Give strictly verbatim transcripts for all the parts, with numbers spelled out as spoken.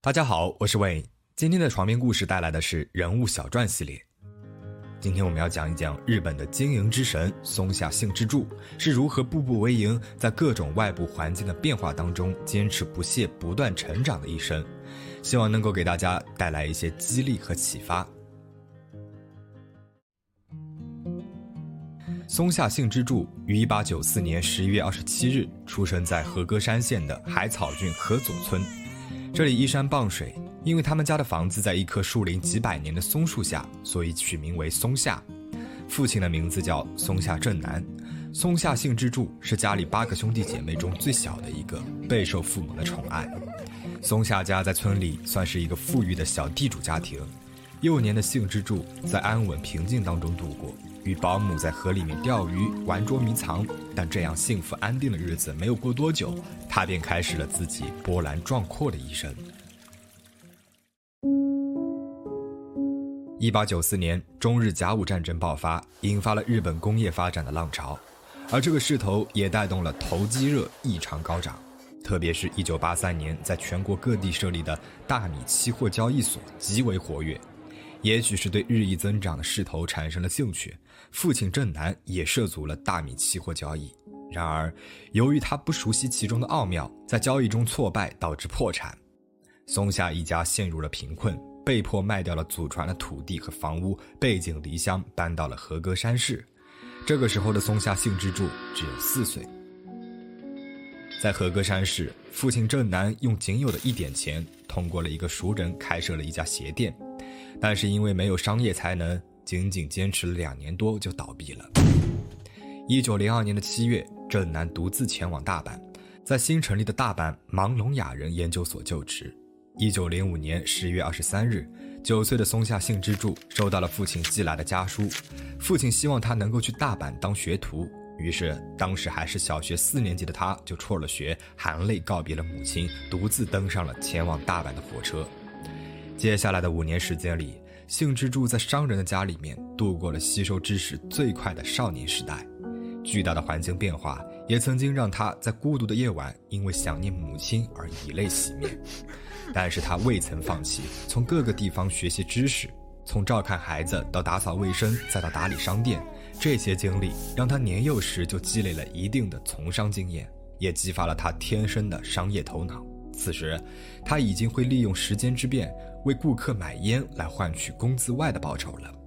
大家好，我是Wayne。今天的床边故事带来的是人物小传系列。今天我们要讲一讲日本的经营之神松下幸之助是如何步步为营，在各种外部环境的变化当中坚持不懈、不断成长的一生。希望能够给大家带来一些激励和启发。松下幸之助于一八九四年十一月二十七日出生在和歌山县的海草郡河佐村。这里依山傍水，因为他们家的房子在一棵树龄几百年的松树下，所以取名为松下。父亲的名字叫松下正男。松下幸之助是家里八个兄弟姐妹中最小的一个，备受父母的宠爱。松下家在村里算是一个富裕的小地主家庭。幼年的幸之助在安稳平静当中度过，与保姆在河里面钓鱼、玩捉迷藏，但这样幸福安定的日子没有过多久，他便开始了自己波澜壮阔的一生。一八九四年，中日甲午战争爆发，引发了日本工业发展的浪潮，而这个势头也带动了投机热异常高涨。特别是一九八三年在全国各地设立的大米期货交易所极为活跃。也许是对日益增长的势头产生了兴趣，父亲正男也涉足了大米期货交易。然而由于他不熟悉其中的奥妙，在交易中挫败导致破产。松下一家陷入了贫困，被迫卖掉了祖传的土地和房屋，背井离乡搬到了和歌山市。这个时候的松下幸之助只有四岁。在和歌山市，父亲正男用仅有的一点钱通过了一个熟人开设了一家鞋店，但是因为没有商业才能，仅仅坚持了两年多就倒闭了。一九零二年的七月，正男独自前往大阪，在新成立的大阪盲聋哑人研究所就职。一九零五年十月二十三日，九岁的松下幸之助收到了父亲寄来的家书，父亲希望他能够去大阪当学徒。于是当时还是小学四年级的他就辍了学，含泪告别了母亲，独自登上了前往大阪的火车。接下来的五年时间里，幸之助在商人的家里面度过了吸收知识最快的少年时代。巨大的环境变化也曾经让他在孤独的夜晚因为想念母亲而以泪洗面，但是他未曾放弃，从各个地方学习知识，从照看孩子到打扫卫生，再到打理商店。这些经历让他年幼时就积累了一定的从商经验，也激发了他天生的商业头脑。此时他已经会利用时间之便为顾客买烟来换取工资外的报酬了。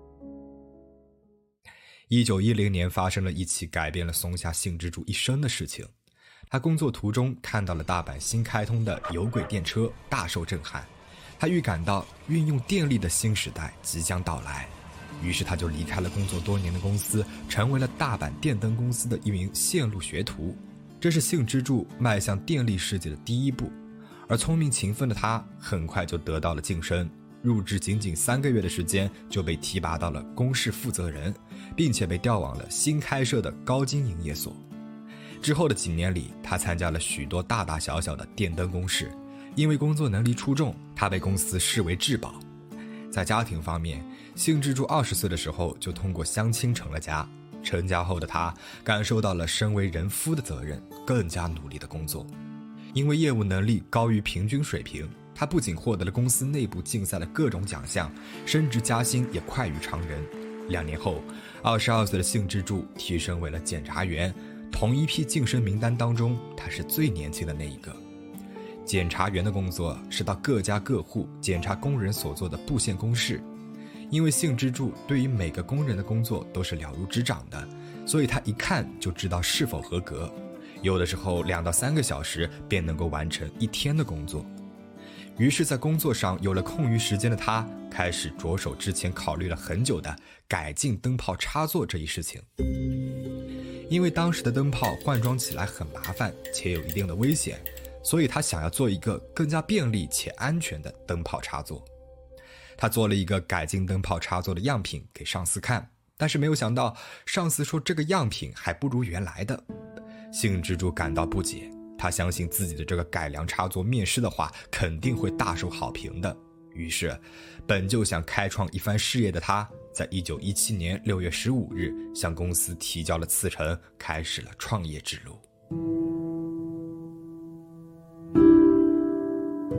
一九一零年发生了一起改变了松下幸之助一生的事情。他工作途中看到了大阪新开通的有轨电车，大受震撼。他预感到运用电力的新时代即将到来，于是他就离开了工作多年的公司，成为了大阪电灯公司的一名线路学徒。这是幸之助迈向电力世界的第一步，而聪明勤奋的他很快就得到了晋升，入职仅仅三个月的时间就被提拔到了公事负责人，并且被调往了新开设的高精营业所。之后的几年里，他参加了许多大大小小的电灯公事，因为工作能力出众，他被公司视为至宝。在家庭方面，幸之助二十岁的时候就通过相亲成了家。成家后的他感受到了身为人夫的责任，更加努力的工作。因为业务能力高于平均水平，他不仅获得了公司内部竞赛的各种奖项，升职加薪也快于常人。两年后，二十二岁的幸之助提升为了检察员，同一批晋升名单当中，他是最年轻的那一个。检察员的工作是到各家各户检查工人所做的布线公事。因为幸之助对于每个工人的工作都是了如指掌的，所以他一看就知道是否合格。有的时候两到三个小时便能够完成一天的工作。于是在工作上有了空余时间的他，开始着手之前考虑了很久的改进灯泡插座这一事情。因为当时的灯泡换装起来很麻烦，且有一定的危险，所以他想要做一个更加便利且安全的灯泡插座。他做了一个改进灯泡插座的样品给上司看，但是没有想到上司说这个样品还不如原来的。幸之助感到不解，他相信自己的这个改良插座面试的话肯定会大受好评的。于是本就想开创一番事业的他，在一九一七年六月十五日向公司提交了辞呈，开始了创业之路。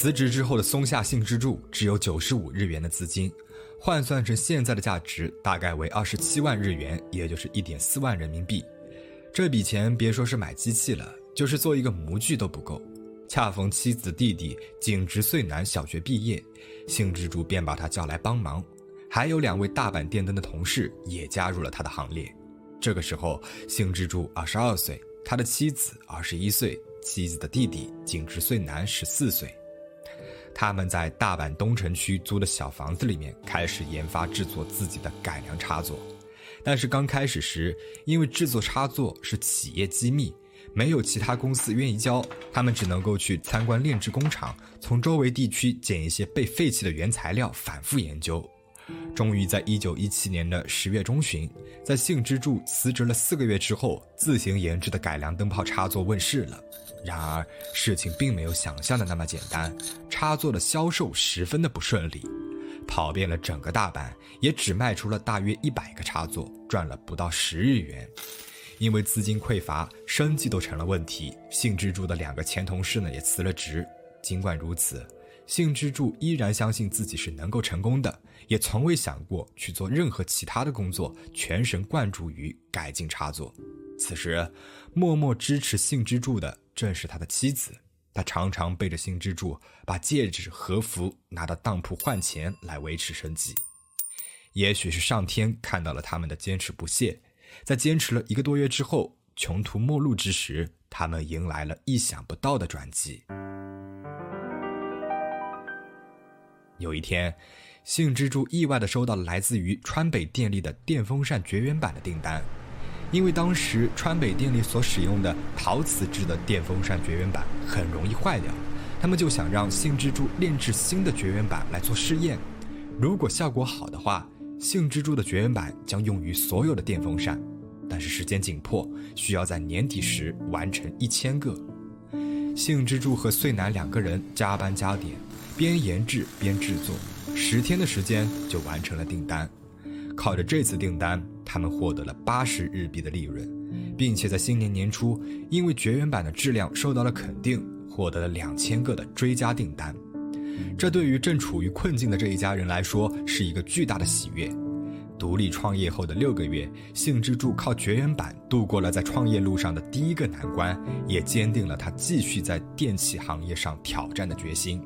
辞职之后的松下幸之助只有九十五日元的资金，换算成现在的价值大概为二十七万日元，也就是 一点四万人民币。这笔钱别说是买机器了，就是做一个模具都不够。恰逢妻子弟弟井植穗男小学毕业，幸之助便把他叫来帮忙，还有两位大阪电灯的同事也加入了他的行列。这个时候幸之助二十二岁，他的妻子二十一岁，妻子的弟弟井植穗男十四岁。他们在大阪东城区租的小房子里面开始研发制作自己的改良插座。但是刚开始时，因为制作插座是企业机密，没有其他公司愿意教，他们只能够去参观炼制工厂，从周围地区捡一些被废弃的原材料反复研究。终于在一九一七年的十月中旬，在幸之助辞职了四个月之后，自行研制的改良灯泡插座问世了。然而事情并没有想象的那么简单，插座的销售十分的不顺利，跑遍了整个大阪，也只卖出了大约一百个插座，赚了不到十日元。因为资金匮乏，生计都成了问题，幸之助的两个前同事呢也辞了职。尽管如此，幸之助依然相信自己是能够成功的，也从未想过去做任何其他的工作，全神贯注于改进插座。此时默默支持幸之助的正是他的妻子，他常常背着幸之助把戒指和服拿到当铺换钱来维持生计。也许是上天看到了他们的坚持不懈，在坚持了一个多月之后，穷途末路之时，他们迎来了意想不到的转机。有一天，幸之助意外地收到了来自于川北电力的电风扇绝缘板的订单。因为当时川北电力所使用的陶瓷制的电风扇绝缘板很容易坏掉，他们就想让幸之助炼制新的绝缘板来做试验。如果效果好的话，幸之助的绝缘板将用于所有的电风扇，但是时间紧迫，需要在年底时完成一千个。幸之助和穗男两个人加班加点，边研制边制作，十天的时间就完成了订单。靠着这次订单，他们获得了八十日币的利润，并且在新年年初，因为绝缘板的质量受到了肯定，获得了两千个的追加订单。这对于正处于困境的这一家人来说是一个巨大的喜悦。独立创业后的六个月，幸之助靠绝缘板度过了在创业路上的第一个难关，也坚定了他继续在电器行业上挑战的决心。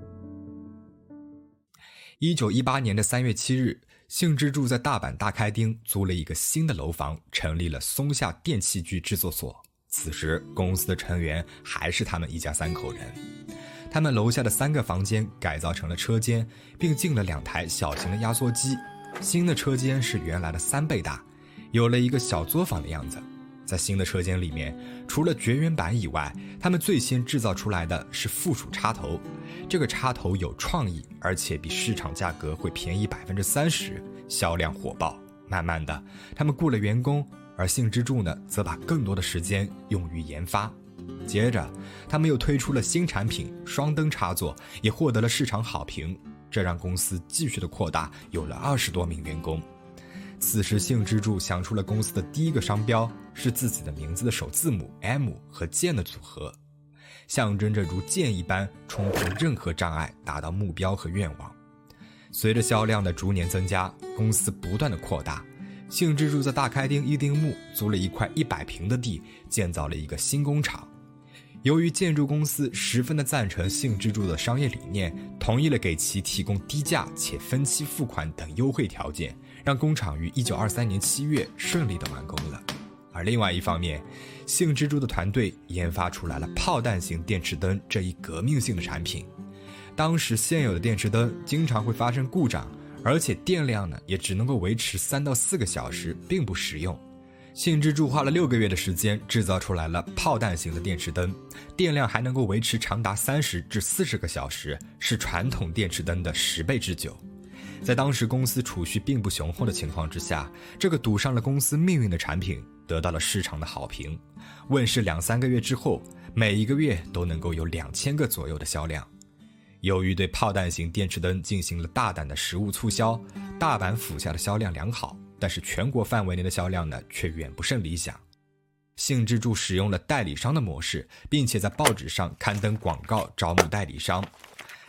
一九一八年的三月七日，幸之助在大阪大开町租了一个新的楼房，成立了松下电器具制作所。此时公司的成员还是他们一家三口人。他们楼下的三个房间改造成了车间，并进了两台小型的压缩机。新的车间是原来的三倍大，有了一个小作坊的样子。在新的车间里面，除了绝缘板以外，他们最先制造出来的是附属插头。这个插头有创意，而且比市场价格会便宜 百分之三十， 销量火爆。慢慢的，他们雇了员工，而幸之助呢，则把更多的时间用于研发。接着他们又推出了新产品双灯插座，也获得了市场好评，这让公司继续的扩大，有了二十多名员工。此时幸之助想出了公司的第一个商标，是自己的名字的首字母 M 和剑的组合，象征着如剑一般冲破任何障碍，达到目标和愿望。随着销量的逐年增加，公司不断的扩大，幸之助在大开町一丁目租了一块一百平的地，建造了一个新工厂。由于建筑公司十分的赞成幸之助的商业理念，同意了给其提供低价且分期付款等优惠条件，让工厂于一九二三年七月顺利的完工了。而另外一方面，幸之助的团队研发出来了炮弹型电池灯这一革命性的产品。当时现有的电池灯经常会发生故障，而且电量呢也只能够维持三到四个小时，并不实用。幸之助花了六个月的时间制造出来了炮弹型的电池灯，电量还能够维持长达三十至四十个小时，是传统电池灯的十倍之久。在当时公司储蓄并不雄厚的情况之下，这个赌上了公司命运的产品得到了市场的好评。问世两三个月之后，每一个月都能够有两千个左右的销量。由于对炮弹型电池灯进行了大胆的实物促销，大阪府下的销量良好，但是全国范围内的销量呢却远不甚理想。幸之助使用了代理商的模式，并且在报纸上刊登广告招募代理商。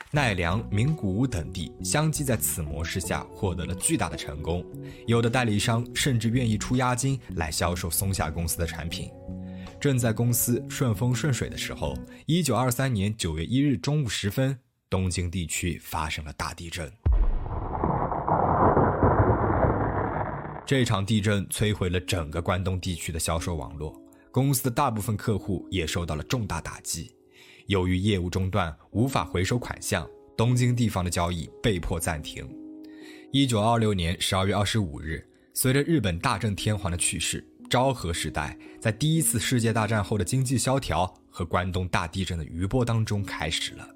奈良、名古屋等地相继在此模式下获得了巨大的成功，有的代理商甚至愿意出押金来销售松下公司的产品。正在公司顺风顺水的时候，一九二三年九月一日中午时分，东京地区发生了大地震。这场地震摧毁了整个关东地区的销售网络，公司的大部分客户也受到了重大打击。由于业务中断，无法回收款项，东京地方的交易被迫暂停。一九二六年十二月二十五日，随着日本大正天皇的去世，昭和时代在第一次世界大战后的经济萧条和关东大地震的余波当中开始了。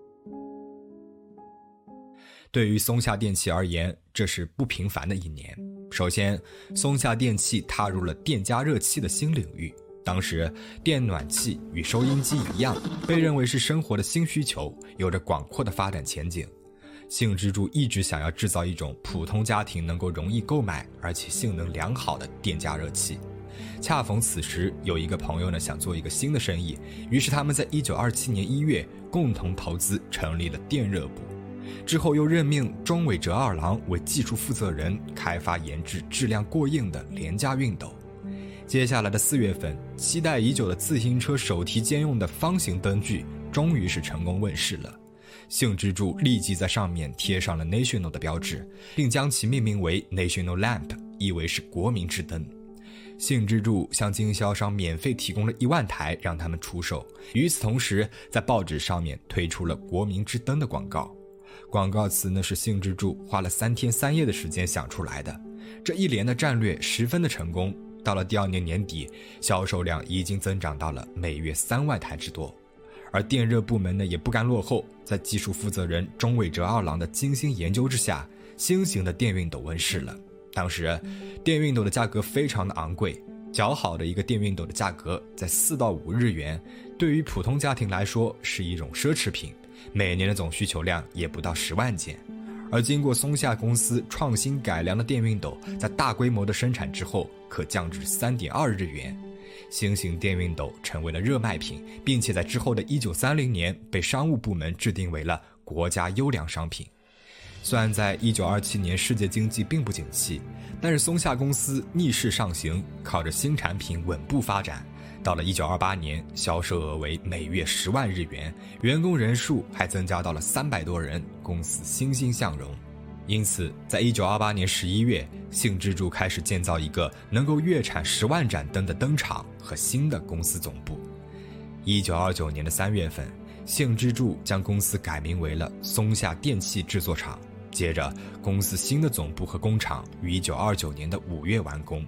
对于松下电器而言，这是不平凡的一年。首先，松下电器踏入了电加热器的新领域。当时，电暖器与收音机一样，被认为是生活的新需求，有着广阔的发展前景。幸之助一直想要制造一种普通家庭能够容易购买而且性能良好的电加热器。恰逢此时，有一个朋友呢想做一个新的生意，于是他们在一九二七年一月共同投资成立了电热部。之后又任命中尾哲二郎为技术负责人，开发研制质量过硬的廉价熨斗。接下来的四月份，期待已久的自行车手提兼用的方形灯具终于是成功问世了。幸之助立即在上面贴上了 National 的标志，并将其命名为 National Lamp， 意为是国民之灯。幸之助向经销商免费提供了一万台让他们出售，与此同时在报纸上面推出了国民之灯的广告。广告词呢是幸之助花了三天三夜的时间想出来的。这一连的战略十分的成功，到了第二年年底，销售量已经增长到了每月三万台之多。而电热部门呢也不甘落后，在技术负责人中尾哲二郎的精心研究之下，新型的电熨斗问世了。当时电熨斗的价格非常的昂贵，较好的一个电熨斗的价格在四到五日元，对于普通家庭来说是一种奢侈品，每年的总需求量也不到十万件。而经过松下公司创新改良的电熨斗，在大规模的生产之后，可降至 三点二日元。新型电熨斗成为了热卖品，并且在之后的一九三零年被商务部门制定为了国家优良商品。虽然在一九二七年世界经济并不景气，但是松下公司逆势上行，靠着新产品稳步发展。到了一九二八年，销售额为每月十万日元，员工人数还增加到了三百多人，公司欣欣向荣。因此在一九二八年十一月，幸之助开始建造一个能够月产十万盏灯的灯厂和新的公司总部。一九二九年的三月份，幸之助将公司改名为了松下电器制作厂。接着，公司新的总部和工厂于一九二九年的五月完工。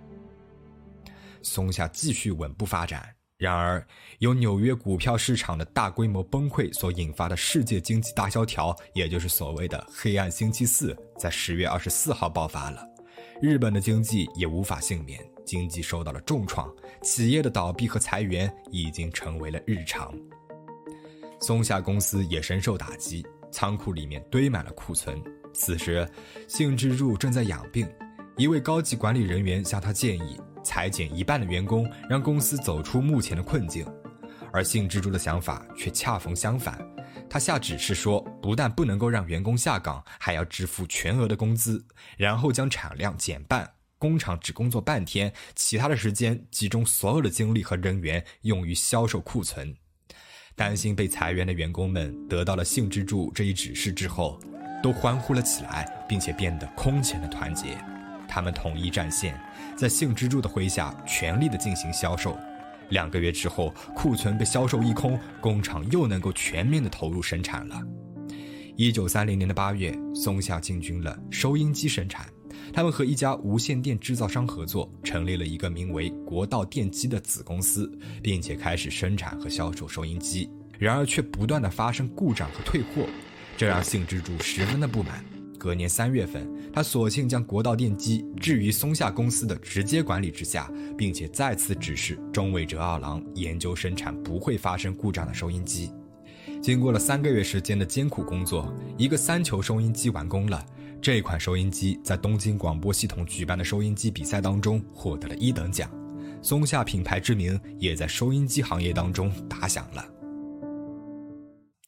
松下继续稳步发展，然而由纽约股票市场的大规模崩溃所引发的世界经济大萧条，也就是所谓的黑暗星期四，在十月二十四号爆发了。日本的经济也无法幸免，经济受到了重创，企业的倒闭和裁员已经成为了日常。松下公司也深受打击，仓库里面堆满了库存。此时幸之助正在养病，一位高级管理人员向他建议裁减一半的员工，让公司走出目前的困境。而幸之助的想法却恰逢相反，他下指示说，不但不能够让员工下岗，还要支付全额的工资，然后将产量减半，工厂只工作半天，其他的时间集中所有的精力和人员用于销售库存。担心被裁员的员工们得到了幸之助这一指示之后，都欢呼了起来，并且变得空前的团结。他们统一战线，在幸之助的麾下全力的进行销售。两个月之后，库存被销售一空，工厂又能够全面的投入生产了。一九三零年的八月，松下进军了收音机生产。他们和一家无线电制造商合作，成立了一个名为国道电机的子公司，并且开始生产和销售收音机。然而却不断的发生故障和退货，这让幸之助十分的不满。隔年三月份，他索性将国道电机置于松下公司的直接管理之下，并且再次指示中尾哲二郎研究生产不会发生故障的收音机。经过了三个月时间的艰苦工作，一个三球收音机完工了。这款收音机在东京广播系统举办的收音机比赛当中获得了一等奖，松下品牌之名也在收音机行业当中打响了。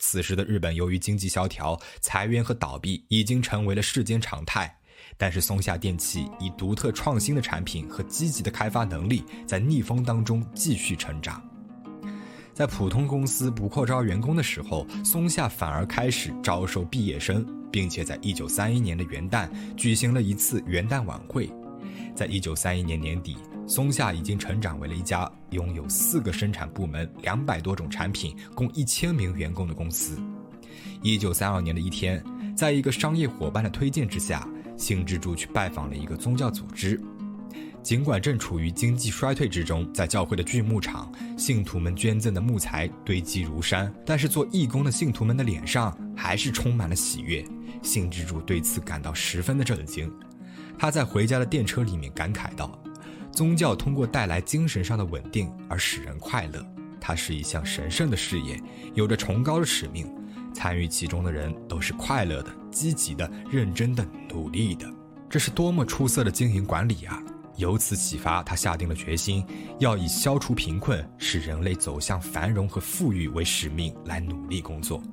此时的日本由于经济萧条，裁员和倒闭已经成为了世间常态。但是松下电器以独特创新的产品和积极的开发能力，在逆风当中继续成长。在普通公司不扩招员工的时候，松下反而开始招收毕业生，并且在一九三一年的元旦举行了一次元旦晚会。在一九三一年年底，松下已经成长为了一家拥有四个生产部门、两百多种产品、共一千名员工的公司。一九三二年的一天，在一个商业伙伴的推荐之下，幸之助去拜访了一个宗教组织。尽管正处于经济衰退之中，在教会的巨牧场，信徒们捐赠的木材堆积如山，但是做义工的信徒们的脸上还是充满了喜悦。幸之助对此感到十分的震惊。他在回家的电车里面感慨道，宗教通过带来精神上的稳定而使人快乐，它是一项神圣的事业，有着崇高的使命，参与其中的人都是快乐的、积极的、认真的、努力的。这是多么出色的经营管理啊！由此启发，他下定了决心，要以消除贫困、使人类走向繁荣和富裕为使命来努力工作。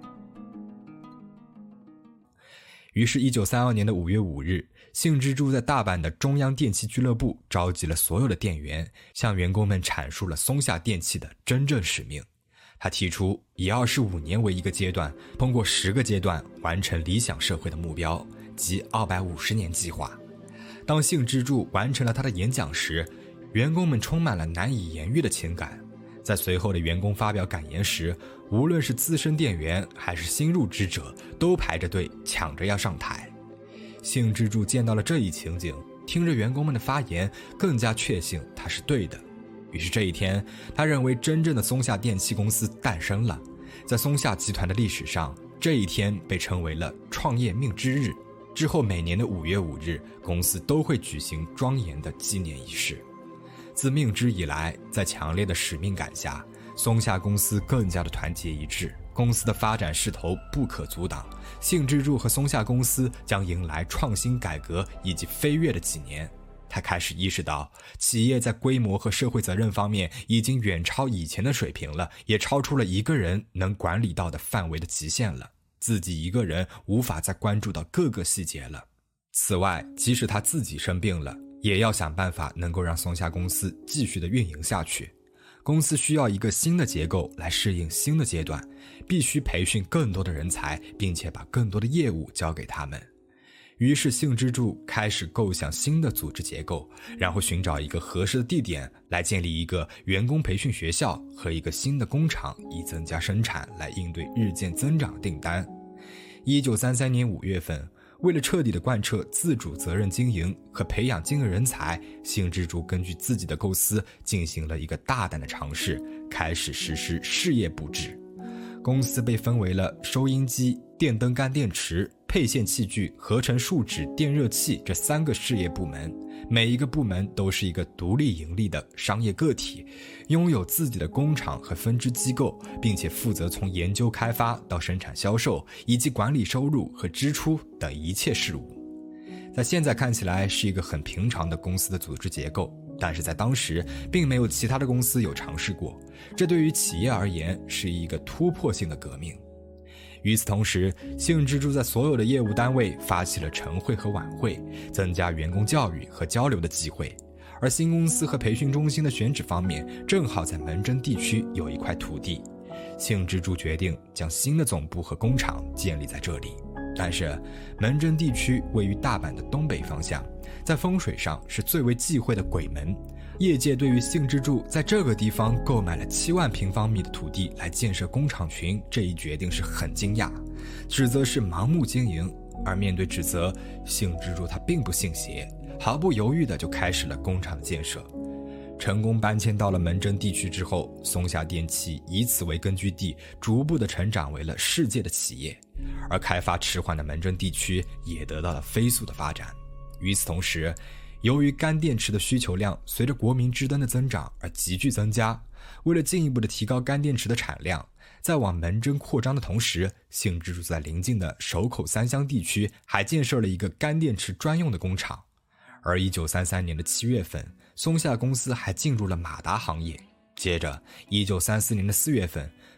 于是一九三二年的五月五日，幸之助在大阪的中央电器俱乐部召集了所有的店员，向员工们阐述了松下电器的真正使命。他提出以二十五年为一个阶段，通过十个阶段完成理想社会的目标，即二百五十年计划。当幸之助完成了他的演讲时，员工们充满了难以言喻的情感。在随后的员工发表感言时，无论是资深店员还是新入职者，都排着队抢着要上台。幸之助见到了这一情景，听着员工们的发言，更加确信他是对的。于是这一天，他认为真正的松下电器公司诞生了。在松下集团的历史上，这一天被称为了创业命之日。之后每年的五月五日，公司都会举行庄严的纪念仪式。自命之以来，在强烈的使命感下，松下公司更加的团结一致，公司的发展势头不可阻挡。幸之助和松下公司将迎来创新改革以及飞跃的几年。他开始意识到，企业在规模和社会责任方面已经远超以前的水平了，也超出了一个人能管理到的范围的极限了。自己一个人无法再关注到各个细节了。此外，即使他自己生病了，也要想办法能够让松下公司继续的运营下去。公司需要一个新的结构来适应新的阶段，必须培训更多的人才，并且把更多的业务交给他们。于是幸之助开始构想新的组织结构，然后寻找一个合适的地点来建立一个员工培训学校和一个新的工厂，以增加生产来应对日渐增长的订单。一九三三年五月份，为了彻底的贯彻自主责任经营和培养精英人才，幸之助根据自己的构思进行了一个大胆的尝试，开始实施事业布置。公司被分为了收音机、电灯干电池、配线器具、合成树脂、电热器这三个事业部门，每一个部门都是一个独立盈利的商业个体，拥有自己的工厂和分支机构，并且负责从研究开发到生产销售，以及管理收入和支出等一切事务。在现在看起来是一个很平常的公司的组织结构，但是在当时并没有其他的公司有尝试过，这对于企业而言是一个突破性的革命。与此同时，幸之助在所有的业务单位发起了晨会和晚会，增加员工教育和交流的机会。而新公司和培训中心的选址方面，正好在门真地区有一块土地，幸之助决定将新的总部和工厂建立在这里。但是门真地区位于大阪的东北方向，在风水上是最为忌讳的鬼门。业界对于幸之助在这个地方购买了七万平方米的土地来建设工厂群这一决定是很惊讶，指责是盲目经营。而面对指责，幸之助他并不信邪，毫不犹豫的就开始了工厂的建设。成功搬迁到了门真地区之后，松下电器以此为根据地，逐步的成长为了世界的企业，而开发迟缓的门真地区也得到了飞速的发展。与此同时，由于干电池的需求量随着国民之灯的增长而急剧增加，为了进一步的提高干电池的产量，在往门真扩张的同时，幸之助在邻近的守口三乡地区还建设了一个干电池专用的工厂。而一九三三年的七月份，松下公司还进入了马达行业。接着一九三四年的四月份，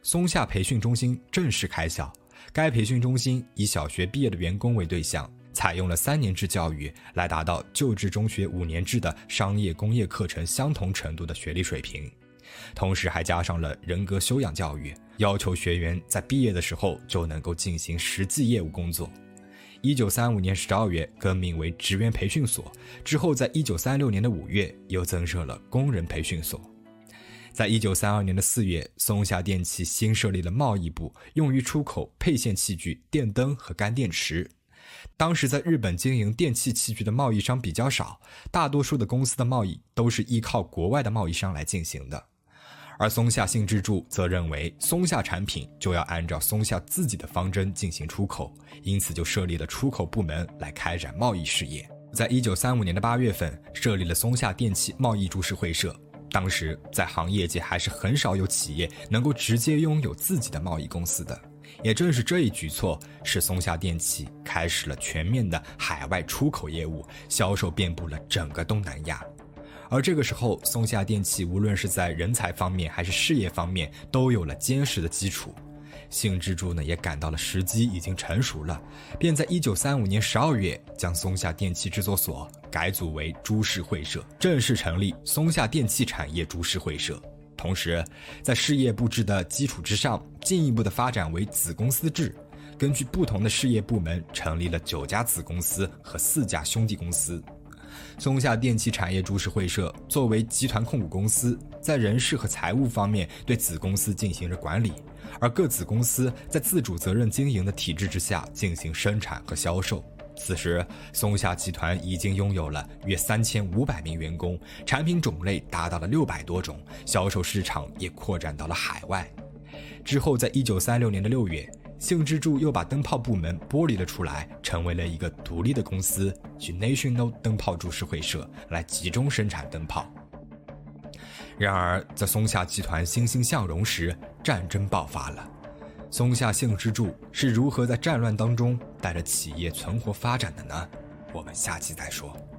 松下培训中心正式开校。该培训中心以小学毕业的员工为对象，采用了三年制教育，来达到旧制中学五年制的商业工业课程相同程度的学历水平。同时还加上了人格修养教育，要求学员在毕业的时候就能够进行实际业务工作。一九三五年十二月更名为职员培训所，之后在一九三六年的五月又增设了工人培训所。在一九三二年的四月，松下电器新设立了贸易部，用于出口配线器具、电灯和干电池。当时在日本经营电器器具的贸易商比较少，大多数的公司的贸易都是依靠国外的贸易商来进行的。而松下幸之助则认为松下产品就要按照松下自己的方针进行出口，因此就设立了出口部门来开展贸易事业。在一九三五年的八月份，设立了松下电器贸易株式会社。当时在行业界还是很少有企业能够直接拥有自己的贸易公司的，也正是这一举措，使松下电器开始了全面的海外出口业务，销售遍布了整个东南亚。而这个时候，松下电器无论是在人才方面还是事业方面都有了坚实的基础。幸之助呢也感到了时机已经成熟了，便在一九三五年十二月将松下电器制作所改组为株式会社，正式成立松下电器产业株式会社。同时在事业部制的基础之上，进一步的发展为子公司制，根据不同的事业部门成立了九家子公司和四家兄弟公司。松下电器产业株式会社作为集团控股公司，在人事和财务方面对子公司进行着管理，而各子公司在自主责任经营的体制之下进行生产和销售。此时松下集团已经拥有了约三千五百名员工，产品种类达到了六百多种，销售市场也扩展到了海外。之后在一九三六年的六月，幸之助又把灯泡部门剥离了出来，成为了一个独立的公司，去 National 灯泡株式会社来集中生产灯泡。然而在松下集团欣欣向荣时，战争爆发了。松下幸之助是如何在战乱当中带着企业存活发展的呢？我们下期再说。